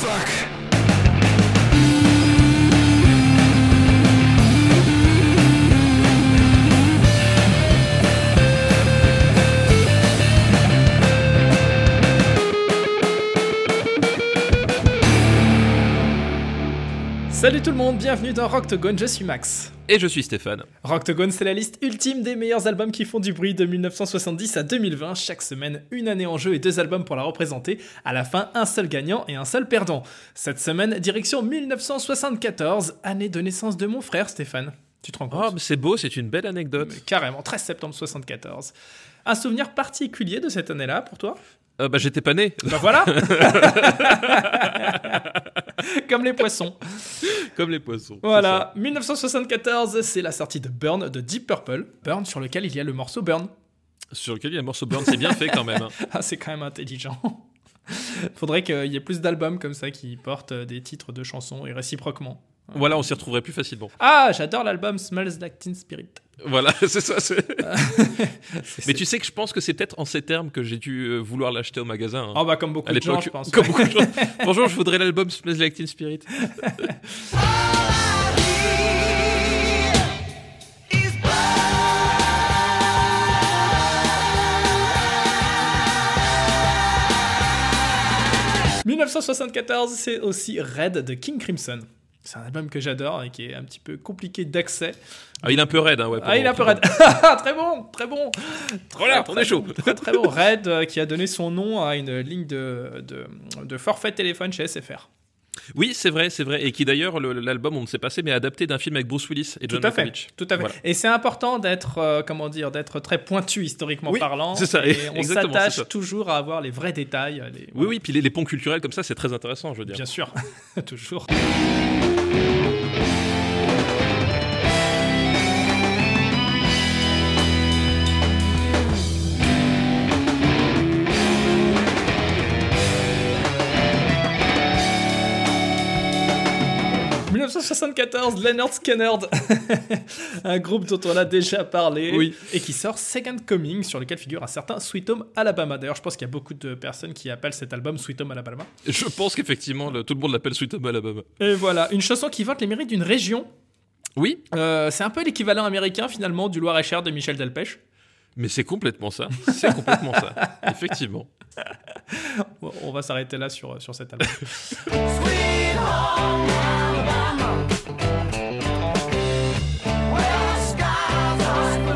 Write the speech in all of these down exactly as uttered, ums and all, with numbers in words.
fuck. Salut tout le monde, bienvenue dans Rocktogone, je suis Max. Et je suis Stéphane. Rocktogone, c'est la liste ultime des meilleurs albums qui font du bruit de dix-neuf cent soixante-dix à deux mille vingt. Chaque semaine, une année en jeu et deux albums pour la représenter. À la fin, un seul gagnant et un seul perdant. Cette semaine, direction dix-neuf cent soixante-quatorze, année de naissance de mon frère Stéphane. Tu te rends compte ? Oh, mais c'est beau, c'est une belle anecdote. Mais carrément, treize septembre soixante-quatorze. Un souvenir particulier de cette année-là pour toi ? Euh, bah j'étais pas né. Bah voilà. Comme les poissons. Comme les poissons. Voilà, dix-neuf cent soixante-quatorze, c'est la sortie de Burn de Deep Purple. Burn sur lequel il y a le morceau Burn. Sur lequel il y a le morceau Burn, c'est bien fait quand même. Hein. Ah, c'est quand même intelligent. Faudrait qu'il y ait plus d'albums comme ça qui portent des titres de chansons et réciproquement. Voilà, on s'y retrouverait plus facilement. Ah, j'adore l'album Smells Like Teen Spirit. Voilà, c'est ça. C'est... c'est, Mais tu sais que je pense que c'est peut-être en ces termes que j'ai dû euh, vouloir l'acheter au magasin. Hein. Oh bah comme beaucoup à de l'époque, gens, je pense. Comme beaucoup de gens. Bonjour, je voudrais l'album Smells Like Teen Spirit. dix-neuf cent soixante-quatorze, c'est aussi Red de King Crimson. C'est un album que j'adore et qui est un petit peu compliqué d'accès. Ah, il est un peu raide, hein, ouais. Ah, il est un peu raide. Très bon, très bon. Très, voilà, très on est chaud. Bon, très très bon. Red euh, qui a donné son nom à une ligne de, de, de forfait téléphone chez S F R. Oui, c'est vrai, c'est vrai. Et qui d'ailleurs, le, l'album, on ne sait pas, mais adapté d'un film avec Bruce Willis et John Malkovich. Tout à fait. Voilà. Et c'est important d'être, euh, comment dire, d'être très pointu historiquement oui, parlant. C'est ça. Et on Exactement, s'attache c'est ça. toujours à avoir les vrais détails. Les, oui, voilà. oui. Puis les, les ponts culturels comme ça, c'est très intéressant, je veux dire. Bien sûr, toujours. dix-neuf cent soixante-quatorze, Lynyrd Skynyrd, un groupe dont on a déjà parlé, oui. et qui sort Second Coming, sur lequel figure un certain Sweet Home Alabama. D'ailleurs, je pense qu'il y a beaucoup de personnes qui appellent cet album Sweet Home Alabama. Je pense qu'effectivement, le, tout le monde l'appelle Sweet Home Alabama. Et voilà, une chanson qui vante les mérites d'une région. Oui. Euh, c'est un peu l'équivalent américain, finalement, du Loir-et-Cher de Michel Delpech. Mais c'est complètement ça. C'est complètement ça. Effectivement. Bon, on va s'arrêter là sur, sur cet album. Sweet home Alabama, where the skies are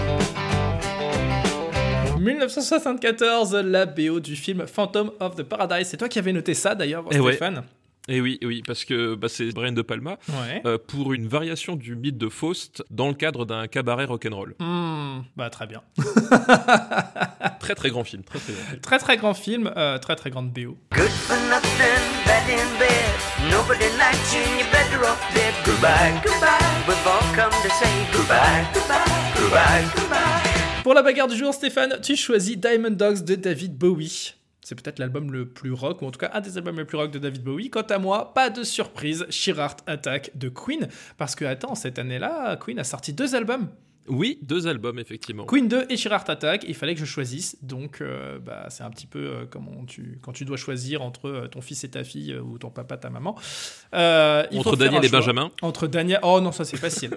blue. dix-neuf cent soixante-quatorze, la B O du film Phantom of the Paradise. C'est toi qui avais noté ça, d'ailleurs, Et Stéphane. Ouais. Et oui, oui, parce que bah, c'est Brian De Palma Ouais. euh, pour une variation du mythe de Faust dans le cadre d'un cabaret rock'n'roll. Mmh, bah très bien. Très très grand film, très très grand film. Très très grand film, euh, très très grande B O. Good for nothing, bad in bed. Nobody likes you, you're better off dead. Goodbye, goodbye. We've all come to say goodbye, goodbye, goodbye, goodbye. Pour la bagarre du jour, Stéphane, tu choisis Diamond Dogs de David Bowie. C'est peut-être l'album le plus rock, ou en tout cas un des albums les plus rock de David Bowie. Quant à moi, pas de surprise, Sheer Heart Attack de Queen. Parce que, attends, cette année-là, Queen a sorti deux albums. Oui, deux albums, effectivement. Queen deux et Sheer Heart Attack, il fallait que je choisisse. Donc, euh, bah, c'est un petit peu euh, comme on, tu, quand tu dois choisir entre euh, ton fils et ta fille, euh, ou ton papa, ta maman. Euh, il entre faut Daniel faire un et choix. Benjamin. Entre Daniel... Oh non, ça c'est facile.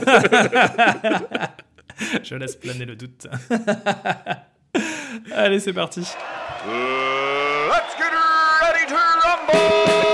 Je laisse planer le doute. Allez, c'est parti. Uh, let's get ready to rumble!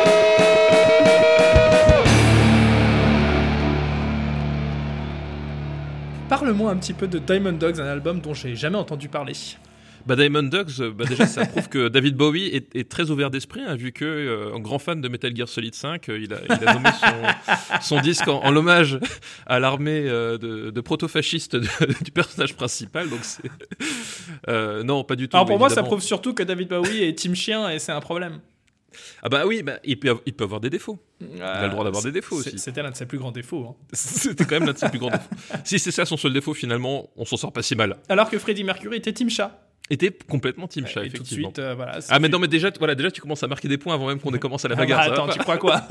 Parle-moi un petit peu de Diamond Dogs, un album dont j'ai jamais entendu parler. Bah, Diamond Dogs, bah, déjà, ça prouve que David Bowie est, est très ouvert d'esprit, hein, vu que, euh, un grand fan de Metal Gear Solid cinq, euh, il, a, il a nommé son, son disque en, en hommage à l'armée euh, de, de proto-fascistes de, du personnage principal. Donc c'est... Euh, non, pas du tout. Alors pour moi, ça évidemment. prouve surtout que David Bowie est team chien et c'est un problème. Ah bah oui, bah, il, peut, il peut avoir des défauts. Il a le droit d'avoir des défauts c'est, aussi. C'était l'un de ses plus grands défauts. Hein. C'était quand même l'un de ses plus grands défauts. Si c'est ça son seul défaut, finalement, on s'en sort pas si mal. Alors que Freddie Mercury était team chat. Était complètement team chat, et effectivement. Tout de suite, euh, voilà, ah mais non, mais déjà, voilà, déjà tu commences à marquer des points avant même qu'on ait commencé la bagarre. Ah bah, attends, tu crois quoi?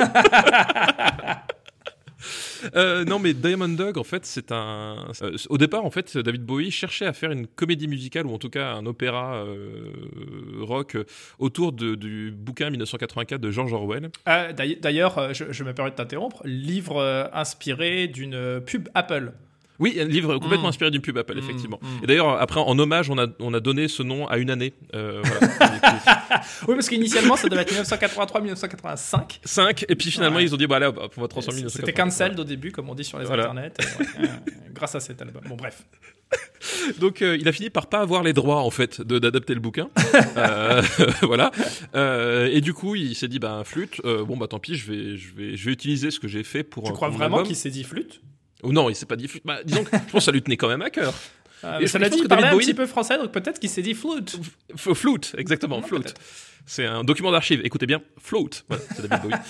Euh, non, mais Diamond Dog, en fait, c'est un. Euh, au départ, en fait, David Bowie cherchait à faire une comédie musicale ou en tout cas un opéra euh, rock euh, autour de, du bouquin dix-neuf cent quatre-vingt-quatre de George Orwell. Ah, d'ailleurs- D'ailleurs, euh, je, je me permets de t'interrompre, livre euh, inspiré d'une euh, pub Apple. Oui, un livre complètement Mm. inspiré d'une pub Apple, Mm, effectivement. mm. Et d'ailleurs, après, en hommage, on a, on a donné ce nom à une année. Euh, voilà. Oui, parce qu'initialement, ça devait être dix-neuf cent quatre-vingt-trois dix-neuf cent quatre-vingt-cinq. cinq, et puis finalement, Ouais. ils ont dit, bah là, on va transformer mille neuf cent C'était quatre-vingt-trois. cancelled au début, comme on dit sur les Voilà. internets, et ouais, euh, grâce à cet album. Bon, bref. Donc euh, il a fini par pas avoir les droits en fait de, d'adapter le bouquin. euh, voilà. Euh, et du coup il s'est dit bah flûte. Euh, bon bah tant pis je vais je vais je vais utiliser ce que j'ai fait pour. Tu un- crois pour mon vraiment album. qu'il s'est dit flûte? Ou non il s'est pas dit flûte. Bah disons que je pense que ça lui tenait quand même à cœur. Euh, Et mais je ça l'a pense dit, que il parlait David un Bowie- petit peu français, donc peut-être qu'il s'est dit flûte. F- Float, exactement, Ouais, float. peut-être. C'est un document d'archives. Écoutez bien, float. Voilà, c'est David Bowie.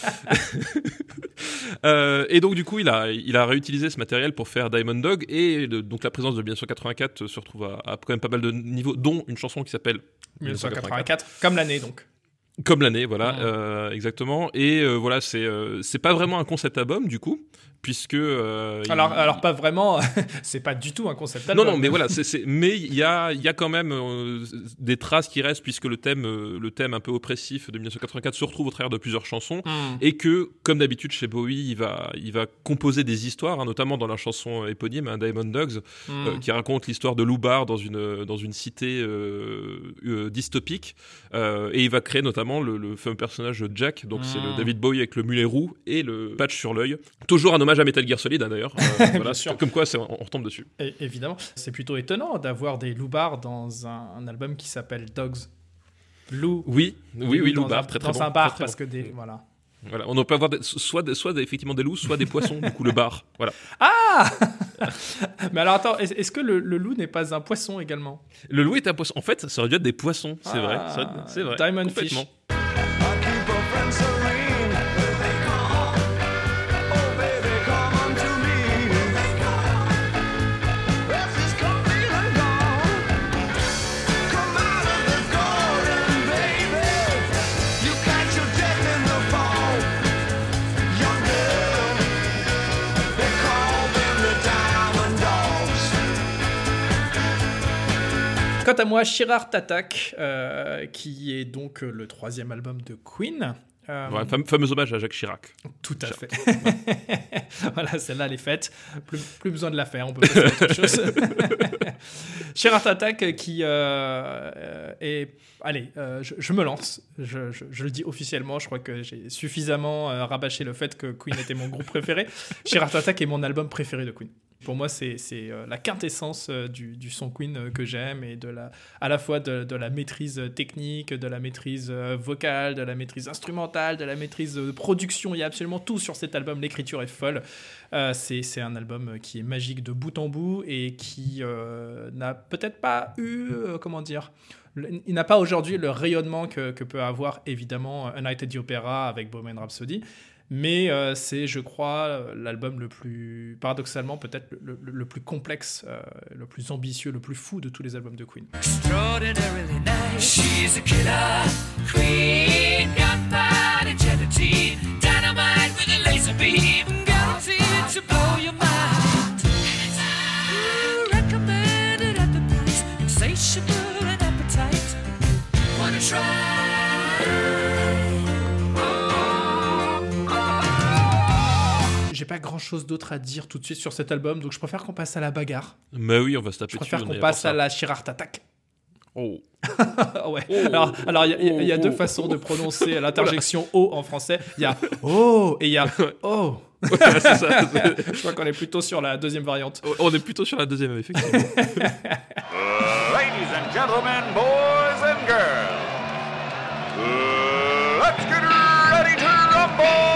Euh, et donc du coup, il a, il a réutilisé ce matériel pour faire Diamond Dog. Et le- donc la présence de dix-neuf cent quatre-vingt-quatre se retrouve à, à quand même pas mal de niveaux, dont une chanson qui s'appelle dix-neuf cent quatre-vingt-quatre, comme l'année donc. Comme l'année, voilà, Mm. euh, exactement. Et euh, voilà, c'est euh, c'est pas vraiment un concept album du coup, puisque. euh, Alors, il- alors pas vraiment, c'est pas du tout un concept Non, album. non, mais voilà, c'est, c'est- mais il y a, il y a quand même euh, des traces qui restent, puisque le thème, euh, le thème un peu oppressif de dix-neuf cent quatre-vingt-quatre se retrouve au travers de plusieurs chansons, Hmm. et que, comme d'habitude chez Bowie, il va, il va composer des histoires, hein, notamment dans la chanson éponyme, hein, Diamond Dogs, Hmm. euh, qui raconte l'histoire de Lou Barr dans une, dans une cité euh, euh, dystopique, euh, et il va créer notamment le, le fameux personnage Jack, donc c'est le Mm. David Bowie avec le mulet roux et le patch sur l'œil. Toujours un hommage à Metal Gear Solid, hein, d'ailleurs. Euh, voilà, sûr. comme quoi, c'est, on, on retombe dessus. Et- évidemment, c'est plutôt étonnant d'avoir des loupards dans un, un album qui s'appelle Dogs. Lou. Oui, oui, oui, dans Lou Barr, un, très très dans bon. un bar très, très parce bon. que des voilà. Voilà, on peut avoir des- soit, des- soit des- effectivement des loups, soit des poissons, du coup le bar. Voilà. Ah Mais alors attends, est- est-ce que le, le loup n'est pas un poisson également? Le loup est un poisson. En fait, ça aurait dû être des poissons, c'est Ah, vrai. ça aurait- C'est vrai. Diamond complètement. Fish. I keep a friend serene. They come, oh baby, come unto me. This is coming and gone. Come out of the garden, baby. You catch your death in the fall. Young girl, they call them the Diamond Dogs. Quant à moi, Shirart Attack, euh, qui est donc euh, le troisième album de Queen. Euh, Ouais, fam- fameux hommage à Jacques Chirac. Tout à fait. Voilà, celle-là, elle est faite. Plus, plus besoin de la faire, on peut passer à autre chose. Shirart Attack qui euh, euh, est... Allez, euh, je, je me lance. Je, je- je le dis officiellement. Je crois que j'ai suffisamment euh, rabâché le fait que Queen était mon groupe préféré. Shirart Attack est mon album préféré de Queen. Pour moi, c'est, c'est euh, la quintessence euh, du, du son Queen euh, que j'aime, et de la, à la fois de, de la maîtrise euh, technique, de la maîtrise euh, vocale, de la maîtrise instrumentale, de la maîtrise de production. Il y a absolument tout sur cet album. L'écriture est folle. Euh, c'est, c'est un album qui est magique de bout en bout et qui euh, n'a peut-être pas eu, euh, comment dire, le- il n'a pas aujourd'hui le rayonnement que, que peut avoir évidemment A Night at the Opera avec Bohemian Rhapsody. Mais euh, c'est, je crois, euh, l'album le plus, paradoxalement, peut-être le, le- le plus complexe, euh, le plus ambitieux, le plus fou de tous les albums de Queen. Extraordinarily nice. She's a killer queen. Gunpowder gelatine. Dynamite with a laser beam. Guaranteed to blow your mind. Ooh, recommended at the price. Insatiable and appetite. Wanna try? J'ai pas grand chose d'autre à dire tout de suite sur cet album, donc je préfère qu'on passe à la bagarre. Mais oui, on va se taper Je dessus. préfère on qu'on est là passe pour à ça. la Shirart Attack. Oh. Ah ouais. Oh. Alors, alors il y a- il y a, il y a Oh, deux oh. façons de prononcer l'interjection O en français. Il y a O et il y a O. Voilà, c'est ça. Je crois qu'on est plutôt sur la deuxième variante. On est plutôt sur la deuxième, effectivement. Uh, ladies and gentlemen, boys and girls, uh, let's get ready to rumble!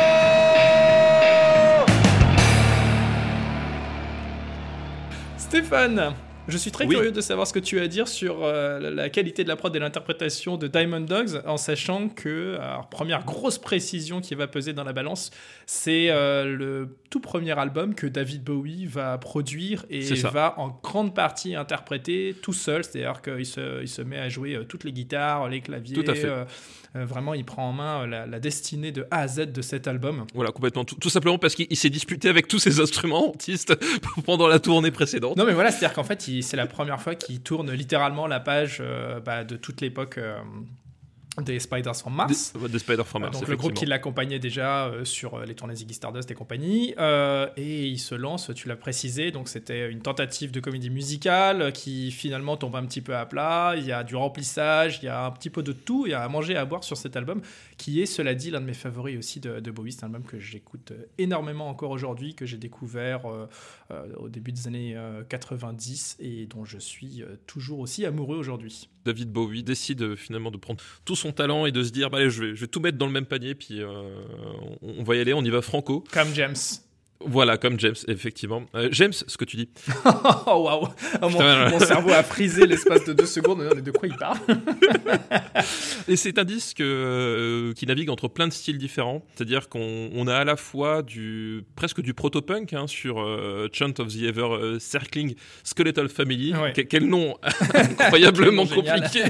Stéphane, je suis très Oui. curieux de savoir ce que tu as à dire sur euh, la- la qualité de la prod et l'interprétation de Diamond Dogs, en sachant que, alors, première grosse précision qui va peser dans la balance, c'est euh, le tout premier album que David Bowie va produire et C'est ça. va en grande partie interpréter tout seul, c'est-à-dire qu'il se, il se met à jouer euh, toutes les guitares, les claviers, Tout à fait. euh, euh, vraiment il prend en main euh, la, la destinée de A à Z de cet album. Voilà, complètement. Tout, tout simplement parce qu'il il s'est disputé avec tous ses instrumentistes pendant la tournée précédente. Non mais voilà, c'est-à-dire qu'en fait qui, c'est la première fois qu'il tourne littéralement la page euh, bah, de toute l'époque euh, des Spiders from Mars. Des, des Spiders from Mars, Donc le groupe qui l'accompagnait déjà euh, sur euh, les tournées Ziggy Stardust et compagnie. Euh, et il se lance, tu l'as précisé, donc c'était une tentative de comédie musicale qui finalement tombe un petit peu à plat. Il y a du remplissage, il y a un petit peu de tout, il y a à manger et à boire sur cet album qui est, cela dit, l'un de mes favoris aussi de, de Bowie. C'est un album que j'écoute énormément encore aujourd'hui, que j'ai découvert euh, euh, au début des années euh, quatre-vingt-dix et dont je suis euh, toujours aussi amoureux aujourd'hui. David Bowie décide euh, finalement de prendre tout son talent et de se dire bah, allez, je, vais, je vais tout mettre dans le même panier, puis euh, on, on va y aller, on y va franco. Comme James. Voilà, comme James, effectivement. Euh, James, ce que tu dis. Oh waouh, oh, mon, mon cerveau a frisé l'espace de deux secondes. Mais de quoi il parle? Et c'est un disque euh, qui navigue entre plein de styles différents. C'est-à-dire qu'on on a à la fois du presque du proto-punk hein, sur euh, Chant of the Ever euh, Circling Skeletal Family. Ouais. Que, quel nom incroyablement Quel nom génial. compliqué.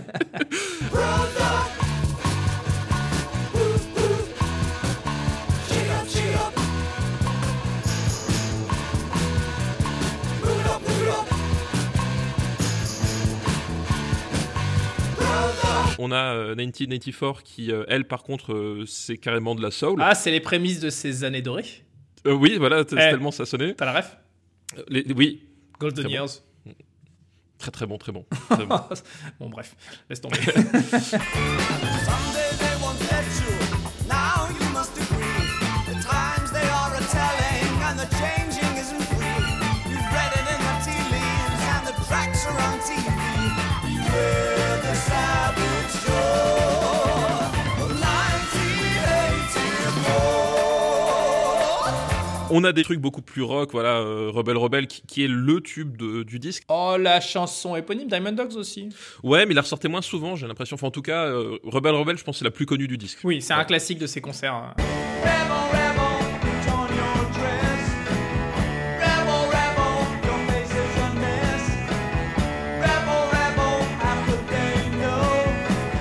On a euh, dix-neuf quatre-vingt-quatorze qui, euh, elle, par contre, euh, c'est carrément de la soul. Ah, c'est les prémices de ces années dorées. Euh, oui, voilà, t- Eh. tellement ça sonnait. T'as la ref? Euh, les- les- oui, Golden Très bon. Years. très très bon, très bon. Très bon. Bon, bref, laisse tomber. Someday they won't let you. Now you must agree. The times they are a-telling and the changing isn't free. You've read it in the tea leaves and the tracks are on T V. Beware the savage shore of nineteen eighty-four. On a des trucs beaucoup plus rock, voilà, euh, Rebel Rebel, qui, qui est le tube de- du disque. Oh, la chanson éponyme, Diamond Dogs aussi. Ouais, mais il la ressortait moins souvent, j'ai l'impression. Enfin, en tout cas, euh, Rebel Rebel, je pense que c'est la plus connue du disque. Oui, c'est un classique de ces concerts. hein. Rebel, rebel, put on your dress. Rebel, rebel, your face is a mess. Rebel, rebel, how could they know?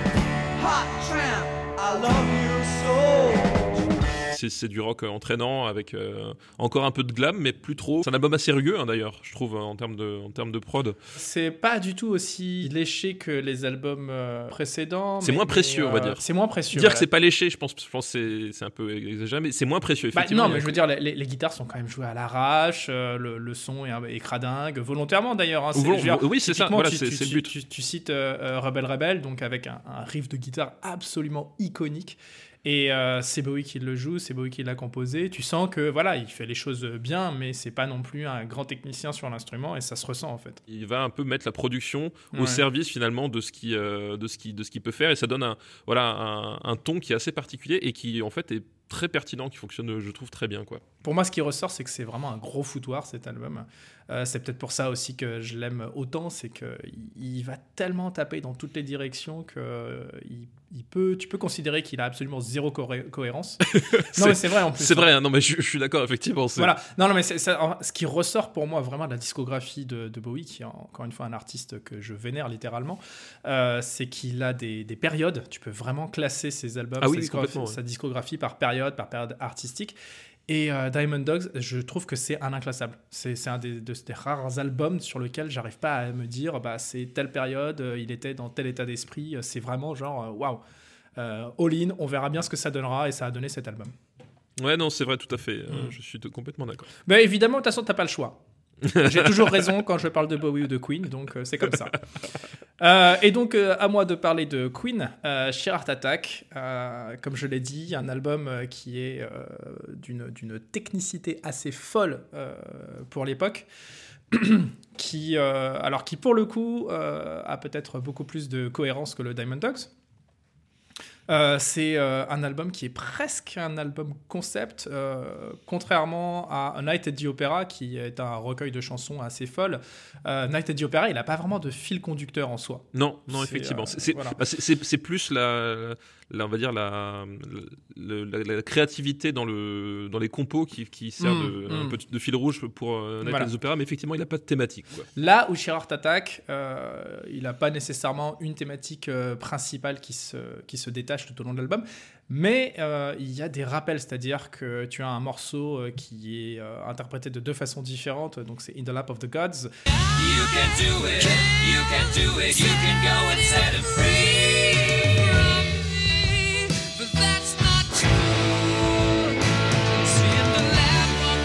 Hot tramp, I love you so. C'est, c'est du rock euh, entraînant, avec euh, encore un peu de glam, mais plus trop. C'est un album assez rugueux, hein, d'ailleurs, je trouve, en termes de, en termes de prod. C'est pas du tout aussi léché que les albums euh, précédents. C'est mais- moins précieux, mais, on va euh, dire. C'est moins précieux. Dire voilà. que c'est pas léché, je pense, je pense que c'est, c'est un peu exagéré, mais c'est moins précieux, Bah, effectivement. non, Il y a mais je veux dire, les, les- les guitares sont quand même jouées à l'arrache, euh, le, le son est, un- est cradingue, volontairement d'ailleurs. hein, c'est- Vol- je veux dire, oui, c'est ça, typiquement, voilà, tu, c'est- tu- c'est le tu- but. Tu, tu cites euh, euh, Rebel Rebel, donc avec un, un riff de guitare absolument iconique. Et euh, c'est Bowie qui le joue, c'est Bowie qui l'a composé. Tu sens que voilà, il fait les choses bien, mais c'est pas non plus un grand technicien sur l'instrument et ça se ressent en fait. Il va un peu mettre la production au Ouais. service finalement de ce qui euh, de ce qui de ce qu'il peut faire, et ça donne un voilà un, un ton qui est assez particulier et qui en fait est très pertinent, qui fonctionne, je trouve, très bien, quoi. Pour moi, ce qui ressort, c'est que c'est vraiment un gros foutoir cet album. Euh, c'est peut-être pour ça aussi que je l'aime autant, c'est que il, il va tellement taper dans toutes les directions que euh, il, il peut, tu peux considérer qu'il a absolument zéro coré- cohérence. non, mais c'est vrai en plus. C'est vrai, hein, non mais je, je suis d'accord, effectivement. C'est... Voilà. Non, non, mais c'est, c'est- en- ce qui ressort pour moi vraiment de la discographie de, de Bowie, qui est encore une fois un artiste que je vénère littéralement, euh, c'est qu'il a des, des périodes. Tu peux vraiment classer ses albums, Ah sa, oui, discographie, complètement, ouais. sa discographie par période, par période artistique. Et euh, Diamond Dogs, je trouve que c'est un inclassable. C'est, c'est un des, de- des rares albums sur lesquels j'arrive pas à me dire, bah, c'est telle période, euh, il était dans tel état d'esprit. euh, C'est vraiment genre, euh, waouh. Euh, all-in, on verra bien ce que ça donnera, et ça a donné cet album. Ouais, non, c'est vrai, tout à fait. euh, Mm. je suis t- complètement d'accord. Mais évidemment, de toute façon, t'as pas le choix. J'ai toujours raison quand je parle de Bowie ou de Queen, donc euh, c'est comme ça. Euh, et donc, euh, à moi de parler de Queen, euh, Sheer Heart Attack, euh, comme je l'ai dit, un album euh, qui est euh, d'une, d'une technicité assez folle euh, pour l'époque, qui, euh, alors qui pour le coup euh, a peut-être beaucoup plus de cohérence que le Diamond Dogs. Euh, c'est euh, un album qui est presque un album concept, euh, contrairement à A Night at the Opera, qui est un recueil de chansons assez folle. Euh, Night at the Opera, il n'a pas vraiment de fil conducteur en soi. Non, non, C'est, effectivement. euh, C'est, c'est, voilà. bah, c'est, c'est- c'est plus la, la, on va dire la, la, la- la créativité dans le, dans les compos qui, qui sert Mm, de, un mm. peu de fil rouge pour euh, Night Voilà. at the Opera, mais effectivement, il n'a pas de thématique, quoi. Là où Sheer Heart Attack, euh, il n'a pas nécessairement une thématique euh, principale qui se, qui se détache cache tout au long de l'album. Mais euh, il y a des rappels, c'est-à-dire que tu as un morceau euh, qui est euh, interprété de deux façons différentes. Donc c'est In the Lap of the Gods. You can do it, you can do it, you can go and set him free. But that's not true. It's in the lap of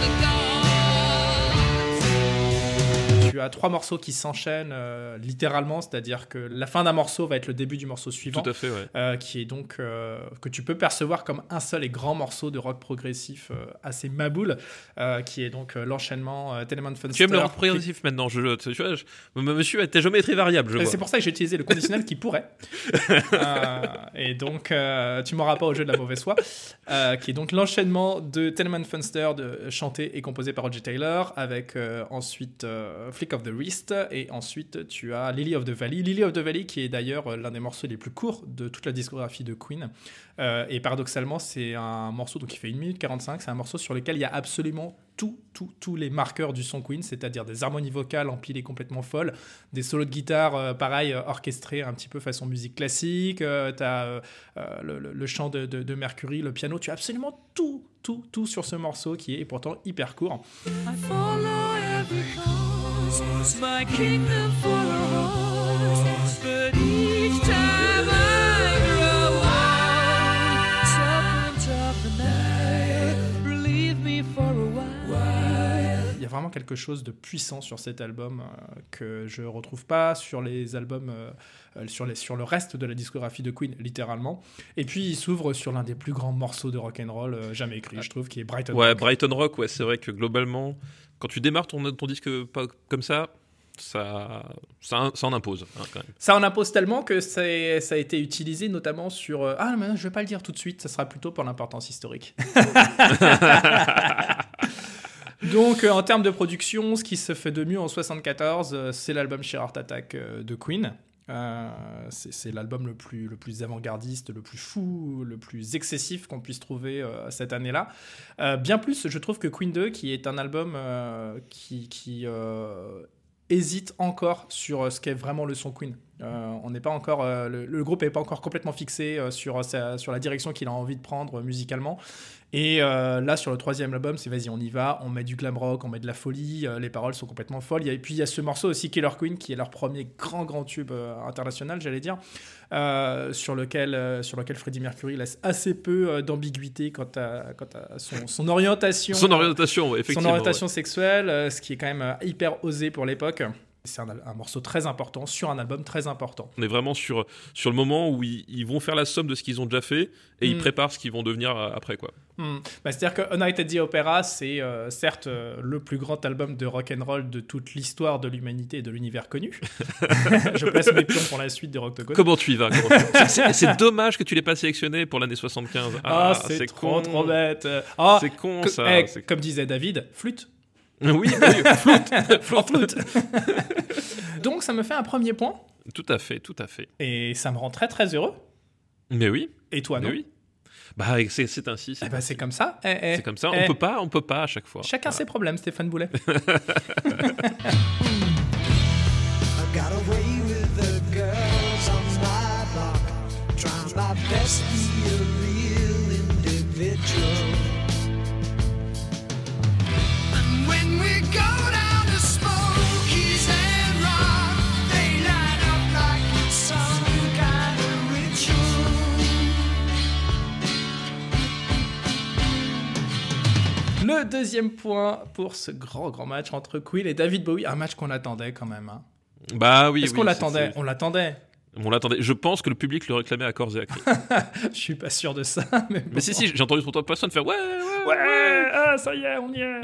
the gods. Tu as trois morceaux qui s'enchaînent euh, littéralement, c'est-à-dire que la fin d'un morceau va être le début du morceau suivant. Tout à fait, ouais. Euh, qui est donc euh, que tu peux percevoir comme un seul et grand morceau de rock progressif euh, assez maboule, euh, qui est donc euh, l'enchaînement euh, Telemann Funster. Tu aimes le rock progressif maintenant, je, tu vois, je, monsieur, ta géométrie variable, je Euh, vois. C'est pour ça que j'ai utilisé le conditionnel qui pourrait. Euh, et donc, euh, tu m'auras pas au jeu de la mauvaise foi. Euh, qui est donc l'enchaînement de Telemann Funster, de, chanté et composé par Roger Taylor, avec euh, ensuite euh, Flick of the Wrist, et ensuite tu as Lily of the Valley. Lily of the Valley, qui est d'ailleurs euh, l'un des morceaux les plus courts de toute la discographie de Queen. Euh, et paradoxalement, c'est un morceau donc, qui fait une minute quarante-cinq. C'est un morceau sur lequel il y a absolument tout, tout, tous les marqueurs du son Queen, c'est-à-dire des harmonies vocales empilées complètement folles, des solos de guitare, euh, pareil, euh, orchestrés un petit peu façon musique classique, euh, tu as euh, euh, le, le, le chant de, de, de Mercury, le piano, tu as absolument tout, tout, tout sur ce morceau qui est pourtant hyper court. I follow every cause, my kingdom full of roses, but each time I grow old, serpent of the night, relieve me for a while. Il y a vraiment quelque chose de puissant sur cet album euh, que je retrouve pas sur les albums, euh, sur, les, sur le reste de la discographie de Queen, littéralement. Et puis il s'ouvre sur l'un des plus grands morceaux de rock'n'roll euh, jamais écrit, je trouve, qui est Brighton Ouais, Rock. Brighton Rock, ouais, c'est vrai que globalement, quand tu démarres ton, ton disque pas comme ça, ça, ça, ça en impose, hein, quand même. Ça en impose tellement que c'est- ça a été utilisé notamment sur... euh, Ah, mais non, je vais pas le dire tout de suite, ça sera plutôt pour l'importance historique. Donc, euh, en termes de production, ce qui se fait de mieux en soixante-quatorze, euh, c'est l'album Sheer Heart Attack euh, de Queen. Euh, c'est c'est l'album le plus, le plus avant-gardiste, le plus fou, le plus excessif qu'on puisse trouver euh, cette année-là. Euh, bien plus, je trouve que Queen deux, qui est un album euh, qui, qui euh, hésite encore sur ce qu'est vraiment le son Queen. Euh, on n'est pas encore, euh, le, le groupe n'est pas encore complètement fixé euh, sur, sa- sur la direction qu'il a envie de prendre euh, musicalement. Et euh, là, sur le troisième album, c'est vas-y, on y va, on met du glam rock, on met de la folie, euh, les paroles sont complètement folles. Il y a- Et puis il y a ce morceau aussi, Killer Queen, qui est leur premier grand, grand tube euh, international, j'allais dire, euh, sur, lequel, euh, sur lequel Freddie Mercury laisse assez peu euh, d'ambiguïté quant à, quant à son, son orientation. Son orientation, ouais, Son effectivement. orientation ouais. sexuelle, euh, ce qui est quand même euh, hyper osé pour l'époque. C'est un, al- un morceau très important sur un album très important. On est vraiment sur, sur le moment où ils, ils vont faire la somme de ce qu'ils ont déjà fait et ils Mm. préparent ce qu'ils vont devenir euh, après, quoi. Hmm. Bah, c'est-à-dire que A Night at the Opera, c'est euh, certes euh, le plus grand album de rock'n'roll de toute l'histoire de l'humanité et de l'univers connu. Je place mes pions pour la suite de Rock the Code. Comment tu y vas comment tu y vas C'est- c'est, c'est dommage que tu l'aies pas sélectionné pour l'année soixante-quinze. Ah, c'est, trop, con. trop bête. Ah, C'est con, co- ça. eh, c'est- comme disait David, flûte. Oui, bah oui, flûte. En flûte. Donc, ça me fait un premier point. Tout à fait, tout à fait. Et ça me rend très, très heureux. Mais oui, Et toi, mais non? oui. Bah, c'est, c'est ainsi. C'est, Eh ben, c'est comme ça. Eh, eh, c'est comme ça. eh. On peut pas, on peut pas à chaque fois. Chacun ses problèmes, Stéphane Boulet. I got away with the girls on my block, trying my best to be a real individual. And when we go down to Smokies and Rock, they line up like it's some kind of ritual. Le deuxième point pour ce grand, grand match entre Queen et David Bowie. Un match qu'on attendait quand même. Hein. Bah oui. Est-ce oui, qu'on c'est- l'attendait? c'est- On l'attendait. On l'attendait. Je pense que le public le réclamait à corps et à cri. Je suis pas sûr de ça. Mais, bon. Mais si, si, j'ai entendu trop de personnes faire ouais, ouais, Ouais, ah, ça y est, on y est.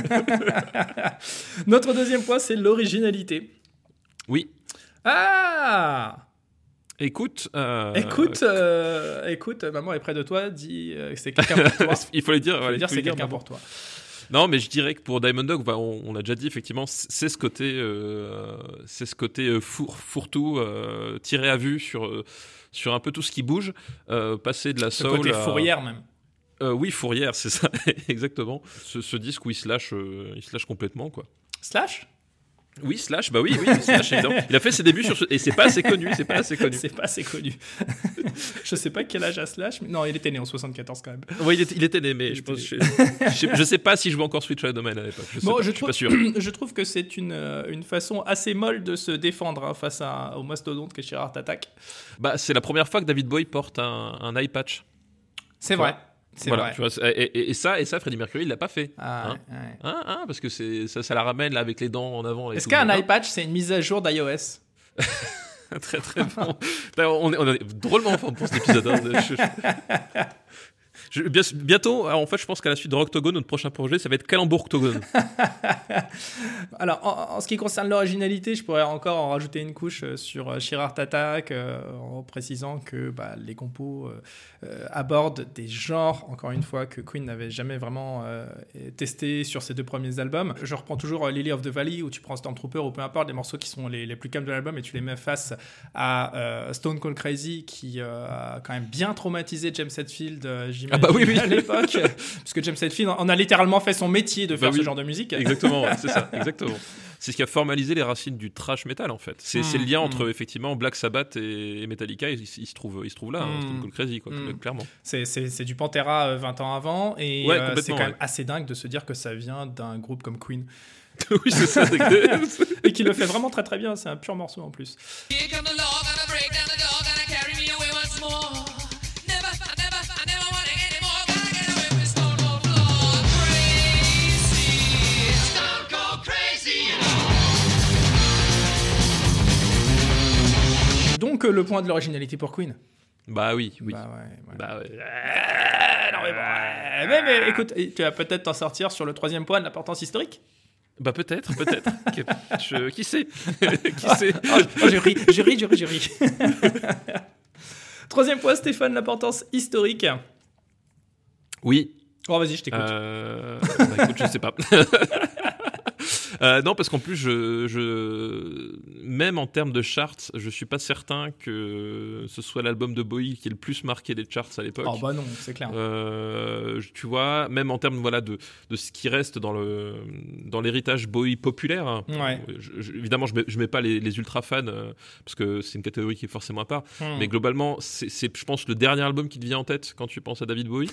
Notre deuxième point, c'est l'originalité. Oui. Ah, Écoute. euh, écoute, euh, écoute, maman est près de toi, dis euh, que c'est quelqu'un pour toi. il faut le dire. Je veux voilà, il dire, faut c'est le dire quelqu'un maintenant. pour toi. Non, mais je dirais que pour Diamond Dog, bah, on, on l'a déjà dit, effectivement, c'est ce côté, euh, c'est ce côté euh, four, fourre-tout, euh, tiré à vue sur, euh, sur un peu tout ce qui bouge, euh, passer de la Ce soul côté à- fourrière même. Euh, oui, fourrière, c'est ça, exactement. Ce, ce disque où il se lâche, euh, il se lâche complètement, quoi. Slash Oui, Slash, bah oui, oui, Slash, évidemment. Il a fait ses débuts sur ce... Et c'est pas assez connu, c'est pas assez connu. C'est pas assez connu. Je sais pas quel âge a Slash, mais non, il était né en soixante-quatorze quand même. Oui, il était, il était né, mais je, pense, je, je, je sais pas si je jouais encore Switch à Domain à l'époque. Je, sais Bon, pas, je, je suis trouve, pas sûr. je trouve que c'est une, une façon assez molle de se défendre hein, face à, au mastodonte qu'est Sheer Heart Attack. Bah, c'est la première fois que David Bowie porte un, un eye patch. C'est Toi. vrai. C'est voilà, vrai. tu vois, et, et, et ça, et ça, Freddie Mercury, il l'a pas fait. Ah, hein ouais, ouais. Hein, hein, parce que c'est, ça, ça la ramène là avec les dents en avant. Et Est-ce tout. qu'un eye patch, c'est une mise à jour d'iOS? Très très bon. on, est, on est drôlement en forme pour cet épisode. Hein. Je, je... Je, bien, bientôt, alors en fait, je pense qu'à la suite de Rocktogone, notre prochain projet, ça va être Calembour Octogone. Alors, en, en ce qui concerne l'originalité, je pourrais encore en rajouter une couche sur euh, Sheer Heart Attack, euh, en précisant que bah, les compos euh, euh, abordent des genres, encore une fois, que Queen n'avait jamais vraiment euh, testé sur ses deux premiers albums. Je reprends toujours euh, Lily of the Valley, où tu prends Stormtrooper ou peu importe, les morceaux qui sont les, les plus calmes de l'album, et tu les mets face à euh, Stone Cold Crazy, qui euh, a quand même bien traumatisé James Hetfield, euh, j'imagine. Ah bah oui, oui. À l'époque, puisque James Hetfield en a littéralement fait son métier de faire bah oui. ce genre de musique. Exactement, ouais, c'est ça, exactement. C'est ce qui a formalisé les racines du thrash metal en fait. C'est, mmh, c'est le lien entre mmh. effectivement Black Sabbath et, et Metallica, il, il, se trouve, il se trouve là, mmh. hein, Stone Cold Crazy, quoi, mmh. clairement. C'est, c'est, c'est du Pantera vingt ans avant, et ouais, euh, c'est quand ouais. même assez dingue de se dire que ça vient d'un groupe comme Queen. Oui, c'est ça. C'est et qui le fait vraiment très très bien, c'est un pur morceau en plus. Donc euh, le point de l'originalité pour Queen. Bah oui, oui. Bah ouais. ouais. Bah ouais. Euh, non mais bon, ouais. mais, mais écoute, tu vas peut-être t'en sortir sur le troisième point de l'importance historique. Bah peut-être, peut-être. Je, qui sait Qui sait oh, oh, je ris, je ris, je ris, je ris. Troisième point, Stéphane, l'importance historique. Oui. Oh vas-y, je t'écoute. Euh... Bah, écoute, je sais pas. Euh, non, parce qu'en plus, je, je, même en termes de charts, je suis pas certain que ce soit l'album de Bowie qui ait le plus marqué les charts à l'époque. Oh bah non, c'est clair. Euh, tu vois, même en termes voilà de de ce qui reste dans le dans l'héritage Bowie populaire. Ouais. Je, je, évidemment, je mets, je mets pas les, les ultra fans euh, parce que c'est une catégorie qui est forcément à part. Hmm. Mais globalement, c'est, c'est, je pense, le dernier album qui te vient en tête quand tu penses à David Bowie.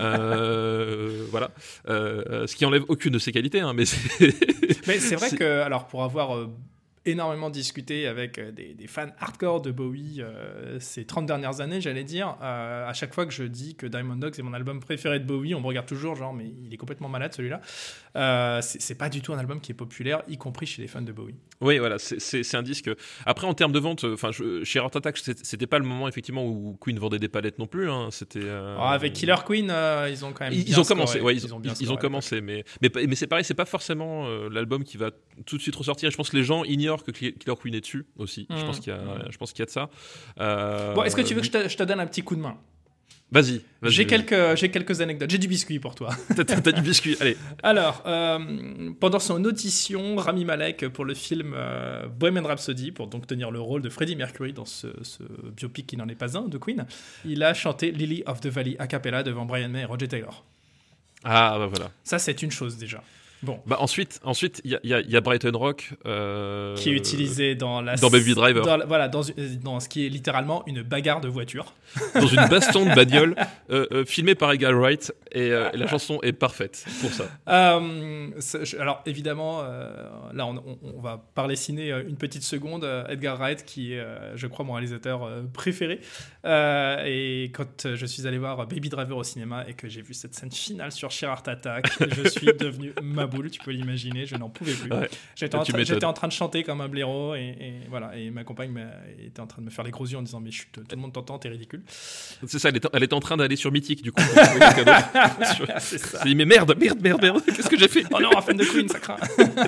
euh, voilà. Euh, ce qui enlève aucune de ses qualités, hein, mais c'est Mais c'est vrai c'est... que, alors pour avoir euh, énormément discuté avec euh, des, des fans hardcore de Bowie euh, ces trente dernières années, j'allais dire, euh, à chaque fois que je dis que Diamond Dogs est mon album préféré de Bowie, on me regarde toujours genre, mais il est complètement malade celui-là. Euh, c'est, c'est pas du tout un album qui est populaire, y compris chez les fans de Bowie. Oui, voilà, c'est, c'est, c'est un disque. Après, en termes de vente, enfin, chez Heart Attack, c'était pas le moment effectivement où Queen vendait des palettes non plus. Hein, c'était. Euh... Alors, avec Killer Queen, euh, ils ont quand même. Ils, bien ils ont scoré. commencé, ouais, ils, ils ont, bien ils, ils ont commencé, mais, mais mais c'est pareil, c'est pas forcément euh, l'album qui va tout de suite ressortir. Je pense que les gens ignorent que Killer Queen est dessus aussi. Mmh. Je pense qu'il y a, mmh. je pense qu'il y a de ça. Euh... Bon, est-ce que tu veux que je te, je te donne un petit coup de main? Vas-y, vas-y. J'ai, vas-y. Quelques, j'ai quelques anecdotes. J'ai du biscuit pour toi. t'as, t'as du biscuit, allez. Alors, euh, pendant son audition, Rami Malek, pour le film euh, Bohemian Rhapsody, pour donc tenir le rôle de Freddie Mercury dans ce, ce biopic qui n'en est pas un de Queen, il a chanté Lily of the Valley a cappella devant Brian May et Roger Taylor. Ah, bah voilà. Ça, c'est une chose déjà. Bon. Bah ensuite, ensuite, il y a, y a, y a Brighton Rock euh, qui est utilisé dans la dans Baby Driver. Dans, voilà, dans, dans ce qui est littéralement une bagarre de voiture. Dans une baston de bagnole, euh, euh, filmée par Edgar Wright, et, euh, et la chanson est parfaite pour ça. Euh, alors évidemment, euh, là, on, on, on va parler ciné une petite seconde. Edgar Wright, qui est, euh, je crois, mon réalisateur euh, préféré. Euh, et quand je suis allé voir Baby Driver au cinéma et que j'ai vu cette scène finale sur Sheer Heart Attack, je suis devenu ma boule, tu peux l'imaginer, je n'en pouvais plus. Ouais, j'étais, en tra- j'étais en train de chanter comme un blaireau, et, et voilà, et ma compagne m'a, était en train de me faire les gros yeux en disant mais chut, tout le monde t'entend, t'es ridicule. C'est ça, elle est, elle est en train d'aller sur Mythique du coup. sur... C'est ça. C'est dit, mais merde, merde, merde, merde, qu'est-ce que j'ai fait? Oh non, un fan de Queen, ça craint.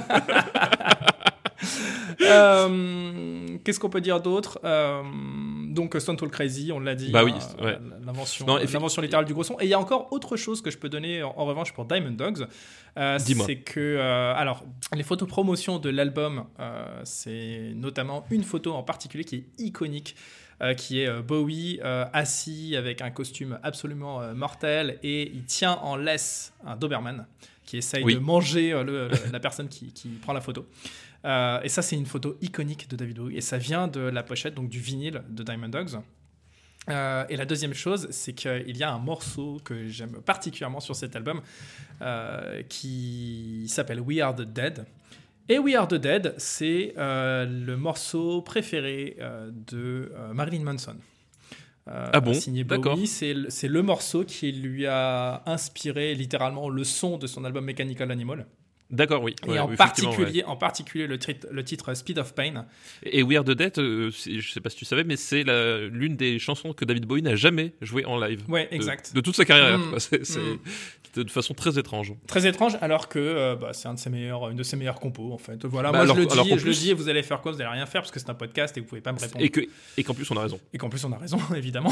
euh, qu'est-ce qu'on peut dire d'autre? euh, Donc Stone Cold Crazy, on l'a dit, bah oui, hein, ouais. l'invention, non, l'invention littérale du gros son. Et il y a encore autre chose que je peux donner en, en revanche pour Diamond Dogs. Euh, Dis-moi. C'est que, euh, alors, les photos promotion de l'album, euh, c'est notamment une photo en particulier qui est iconique. euh, qui est euh, Bowie euh, assis avec un costume absolument euh, mortel et il tient en laisse un Doberman qui essaye Oui. de manger euh, le, le- la personne qui, qui prend la photo. Euh, et ça, c'est une photo iconique de David Bowie et ça vient de la pochette, donc du vinyle de Diamond Dogs. Euh, et la deuxième chose, c'est qu'il y a un morceau que j'aime particulièrement sur cet album euh, qui s'appelle We Are the Dead. Et We Are the Dead, c'est euh, le morceau préféré euh, de euh, Marilyn Manson. Euh, Ah bon ? Signé D'accord. Bowie, c'est le, c'est le morceau qui lui a inspiré littéralement le son de son album Mechanical Animal. D'accord, oui. Et Ouais, en, effectivement, ouais. particulier, en particulier le, trit- le titre Speed of Pain. Et We Are the Dead, euh, c'est- je sais pas si tu savais, mais c'est la- l'une des chansons que David Bowie n'a jamais joué en live. Ouais, De- exact. De, toute sa carrière. Mm. quoi. C'est c'est- Mm. de façon très étrange. Très étrange, alors que euh, bah, c'est un de ses meilleurs, une de ses meilleures compos en fait. Voilà, Bah, moi alors- je le dis, alors qu'en je le plus- dis et vous allez faire quoi ? Vous allez rien faire parce que c'est un podcast et vous pouvez pas me répondre. Et que- et qu'en plus, on a raison. Et qu'en plus on a raison, évidemment.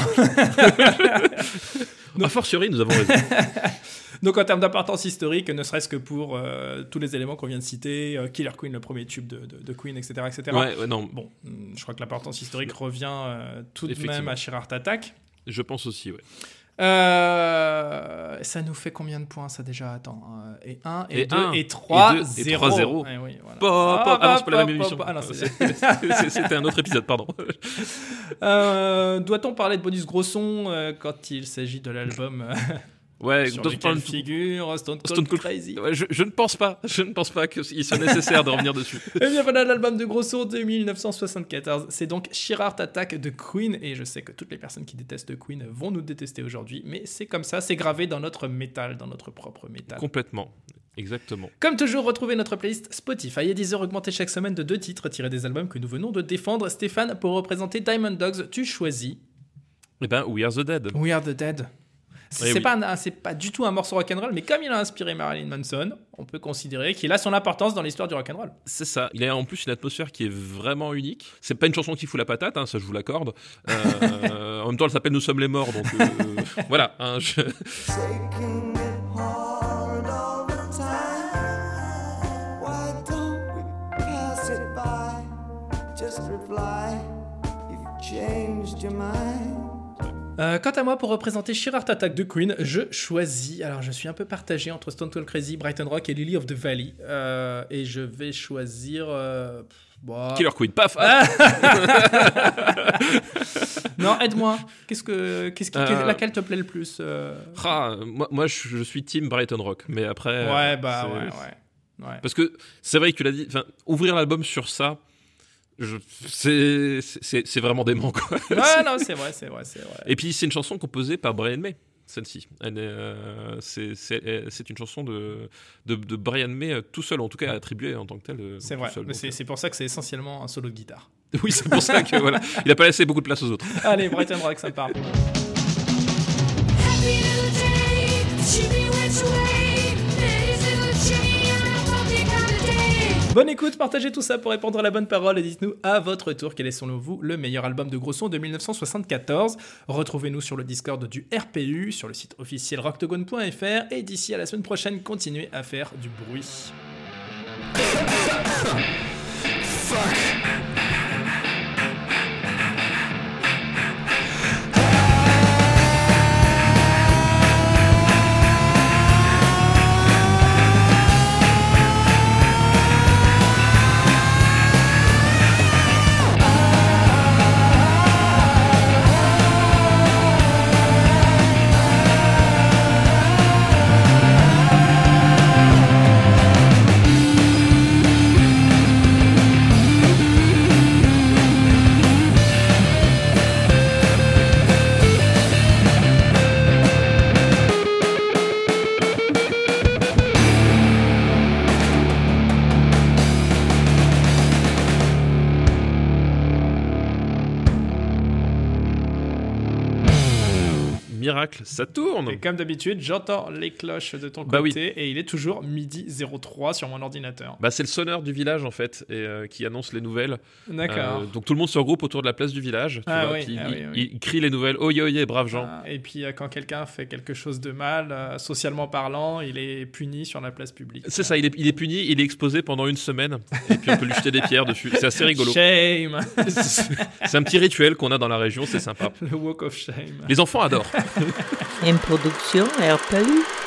A fortiori, nous avons raison. Donc en termes d'importance historique, ne serait-ce que pour euh, tous les éléments qu'on vient de citer, euh, Killer Queen, le premier tube de, de, de Queen, et cetera, et cetera. Ouais, ouais, non, Bon, hum, je crois que l'importance historique revient euh, tout de même Effectivement. à Sheer Heart Attack. je pense aussi, ouais. Euh, ça nous fait combien de points ça déjà ? Attends, euh, et un, et, Et deux, un, et trois, et deux, et zéro. trois, zéro. Eh oui, voilà. Pop, pop. Ah non, c'est pas la pop, même pop, émission. pop. Ah non, c'est- C'est- c'est- C'était un autre épisode, pardon. Euh, doit-on parler de bonus gros son euh, quand il s'agit de l'album euh, Ouais, sur d'autres lequel parlent- figure Stone Cold, Stone Cold- Crazy? Ouais, je, je ne pense pas, je ne pense pas qu'il soit nécessaire de revenir dessus. Eh bien voilà l'album de gros son de dix-neuf cent soixante-quatorze. C'est donc Sheer Heart Attack de Queen et je sais que toutes les personnes qui détestent Queen vont nous détester aujourd'hui, mais c'est comme ça, c'est gravé dans notre métal, dans notre propre métal. Complètement, exactement. Comme toujours, retrouvez notre playlist Spotify et Deezer augmentée chaque semaine de deux titres tirés des albums que nous venons de défendre. Stéphane, pour représenter Diamond Dogs, tu choisis Eh ben, We Are the Dead. We Are the Dead. C'est Eh oui. pas, un- c'est pas du tout un morceau rock'n'roll, mais comme il a inspiré Marilyn Manson, on peut considérer qu'il a son importance dans l'histoire du rock'n'roll. C'est ça. Il a en plus une atmosphère qui est vraiment unique. C'est pas une chanson qui fout la patate, hein, ça je vous l'accorde. Euh, en même temps, elle s'appelle Nous sommes les morts, donc euh, voilà. hein, je- Taking it hard all the time. Why don't we pass it by? Just reply if you changed your mind. Euh, quant à moi, pour représenter Sheer Heart Attack de Queen, je choisis. Alors, je suis un peu partagé entre Stone Cold Crazy, Brighton Rock et Lily of the Valley. Euh, et je vais choisir. Euh, pff, bah... Killer Queen, paf. Ah Non, aide-moi. Qu'est-ce que, qu'est-ce qui, Euh, laquelle te plaît le plus euh Ah, moi, moi je, je suis team Brighton Rock, mais après. Ouais, euh, bah c'est- ouais, ouais. ouais. Parce que c'est vrai que tu l'as dit. Enfin, ouvrir l'album sur ça, je- c'est c'est c'est vraiment dément quoi. Ouais, non, c'est vrai, c'est vrai, c'est vrai. Et puis c'est une chanson composée par Brian May, celle-ci. Elle est, euh, c'est, c'est, c'est une chanson de, de, de Brian May euh, tout seul, en tout cas attribuée en tant que telle. euh, C'est tout vrai, seul, mais donc, c'est, c'est pour ça que c'est essentiellement un solo de guitare. euh, Oui, c'est pour ça que voilà, il a pas laissé beaucoup de place aux autres. Allez, Brighton Rock, ça me parle. Happy little day, shoot me which way. Ladies little chain, I won't be holiday. Bonne écoute, partagez tout ça pour répondre à la bonne parole et dites-nous à votre tour quel est selon vous le meilleur album de gros son de dix-neuf cent soixante-quatorze. Retrouvez-nous sur le Discord du R P U, sur le site officiel rocktogone point f r et d'ici à la semaine prochaine, continuez à faire du bruit. miracle, ça tourne. Et comme d'habitude, j'entends les cloches de ton Bah côté et il est toujours midi zéro trois sur mon ordinateur. Bah, c'est le sonneur du village en fait, et, euh, qui annonce les nouvelles. D'accord. Euh, donc tout le monde se regroupe autour de la place du village. Tu Ah vois, oui, puis ah il, oui, oui. il- il crie les nouvelles. Oye, oye, braves gens. Ah, et puis euh, quand quelqu'un fait quelque chose de mal, euh, socialement parlant, il est puni sur la place publique. C'est ça, il est, il est puni, il est exposé pendant une semaine, et puis on peut lui jeter des pierres dessus. C'est assez rigolo. Shame. C'est un petit rituel qu'on a dans la région, c'est sympa. Le walk of shame. Les enfants adorent. Une production R P U.